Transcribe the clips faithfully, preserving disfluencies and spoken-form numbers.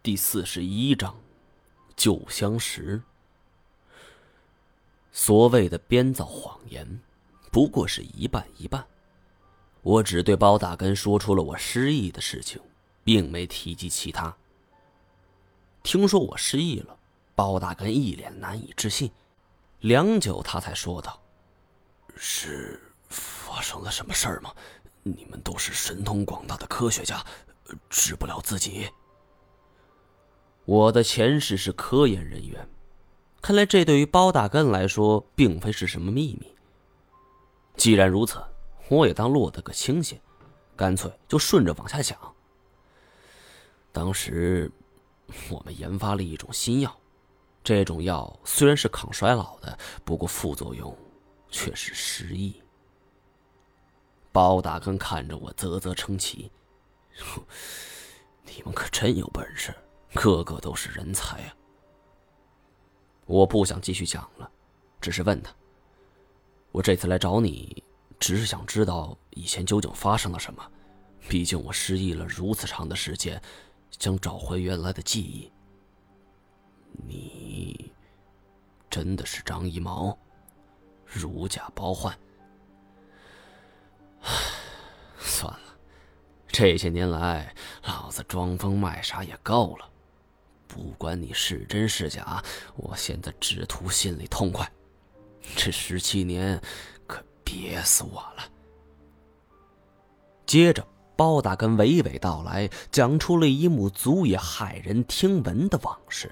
第四十一章，旧相识。所谓的编造谎言，不过是一半一半。我只对包大根说出了我失忆的事情，并没提及其他。听说我失忆了，包大根一脸难以置信，良久他才说道：“是发生了什么事儿吗？你们都是神通广大的科学家，治不了自己。”我的前世是科研人员，看来这对于包大根来说并非是什么秘密。既然如此，我也当落得个清闲，干脆就顺着往下讲。当时我们研发了一种新药，这种药虽然是抗衰老的，不过副作用却是失忆。包大根看着我啧啧称奇，你们可真有本事，个个都是人才啊！我不想继续讲了，只是问他：“我这次来找你，只是想知道以前究竟发生了什么。毕竟我失忆了如此长的时间，想找回原来的记忆。”你真的是张一毛，如假包换。算了，这些年来，老子装疯卖傻也够了。不管你是真是假，我现在只图心里痛快。这十七年可憋死我了。接着，包大根娓娓道来，讲出了一幕足以骇人听闻的往事。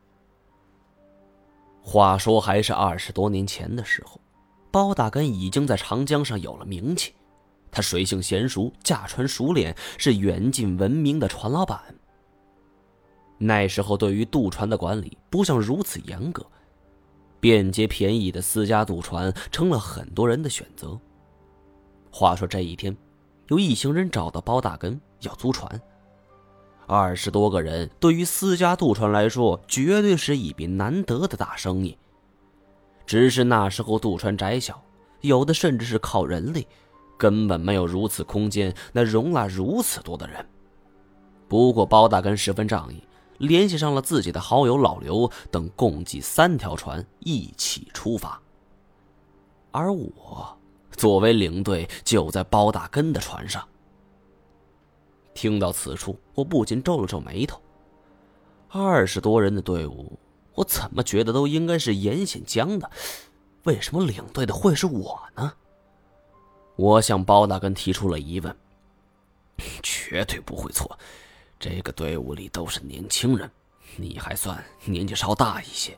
话说还是二十多年前的时候，包大根已经在长江上有了名气。他水性娴熟，驾船熟练，是远近闻名的船老板。那时候对于渡船的管理不像如此严格，便捷便宜的私家渡船成了很多人的选择。话说这一天，有一行人找到包大根要租船。二十多个人对于私家渡船来说，绝对是一笔难得的大生意。只是那时候渡船窄小，有的甚至是靠人力，根本没有如此空间能容纳如此多的人。不过包大根十分仗义，联系上了自己的好友老刘等，共计三条船一起出发。而我作为领队，就在包大根的船上。听到此处，我不禁皱了皱眉头。二十多人的队伍，我怎么觉得都应该是严显江的，为什么领队的会是我呢？我向包大根提出了疑问。绝对不会错，这个队伍里都是年轻人，你还算年纪稍大一些。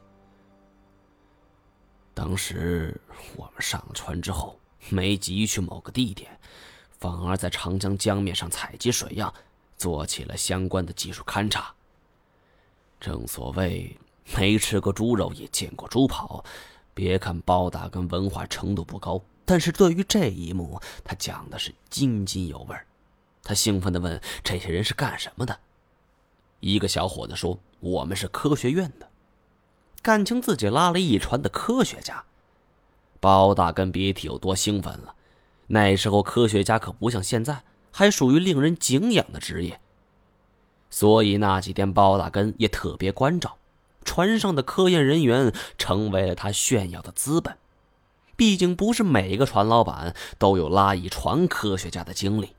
当时我们上了船之后，没急去某个地点，反而在长江江面上采集水样，做起了相关的技术勘察。正所谓没吃过猪肉也见过猪跑，别看包大根文化程度不高，但是对于这一幕，他讲的是津津有味。他兴奋地问：“这些人是干什么的？”一个小伙子说：“我们是科学院的。”感情自己拉了一船的科学家。包大根别提有多兴奋了。那时候科学家可不像现在，还属于令人敬仰的职业。所以那几天包大根也特别关照，船上的科研人员成为了他炫耀的资本。毕竟不是每个船老板都有拉一船科学家的经历。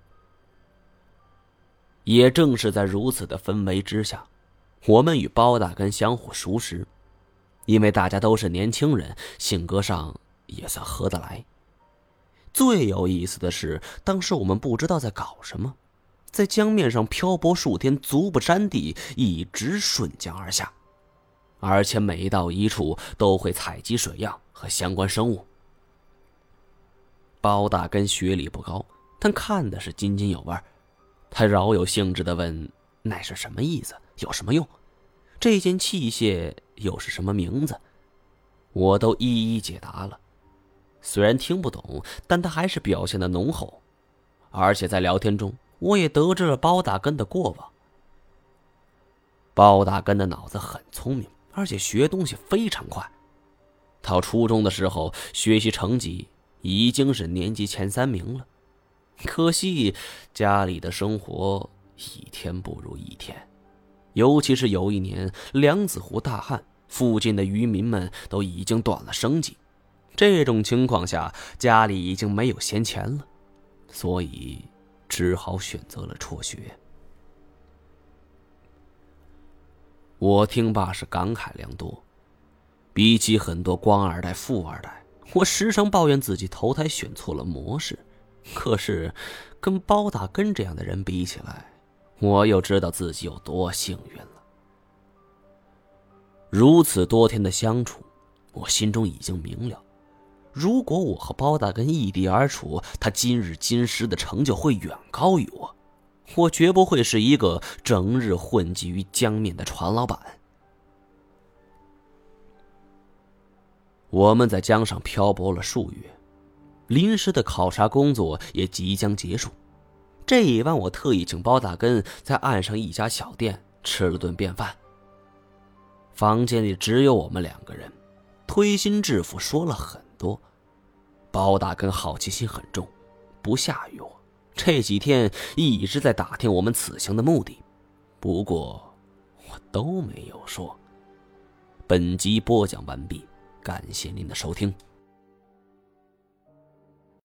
也正是在如此的氛围之下，我们与包大根相互熟识。因为大家都是年轻人，性格上也算合得来。最有意思的是，当时我们不知道在搞什么，在江面上漂泊数天，足不沾地，一直顺江而下，而且每到一处都会采集水样和相关生物。包大根学历不高，但看的是津津有味。他饶有兴致地问：“那是什么意思？有什么用？这件器械又是什么名字？”我都一一解答了。虽然听不懂，但他还是表现得浓厚。而且在聊天中，我也得知了包大根的过往。包大根的脑子很聪明，而且学东西非常快。到初中的时候，学习成绩已经是年级前三名了。可惜家里的生活一天不如一天， 尤其是有一年梁子湖大旱，附近的渔民们都已经断了生计。这种情况下，家里已经没有闲钱了，所以只好选择了辍学。我听罢是感慨良多。比起很多官二代、富二代，我时常抱怨自己投胎选错了模式。可是，跟包大根这样的人比起来，我又知道自己有多幸运了。如此多天的相处，我心中已经明了，如果我和包大根异地而处，他今日今时的成就会远高于我。我绝不会是一个整日混迹于江面的船老板。我们在江上漂泊了数月，临时的考察工作也即将结束。这一晚，我特意请包大根在岸上一家小店吃了顿便饭。房间里只有我们两个人，推心置腹说了很多。包大根好奇心很重，不下于我，这几天一直在打听我们此行的目的，不过我都没有说。本集播讲完毕，感谢您的收听。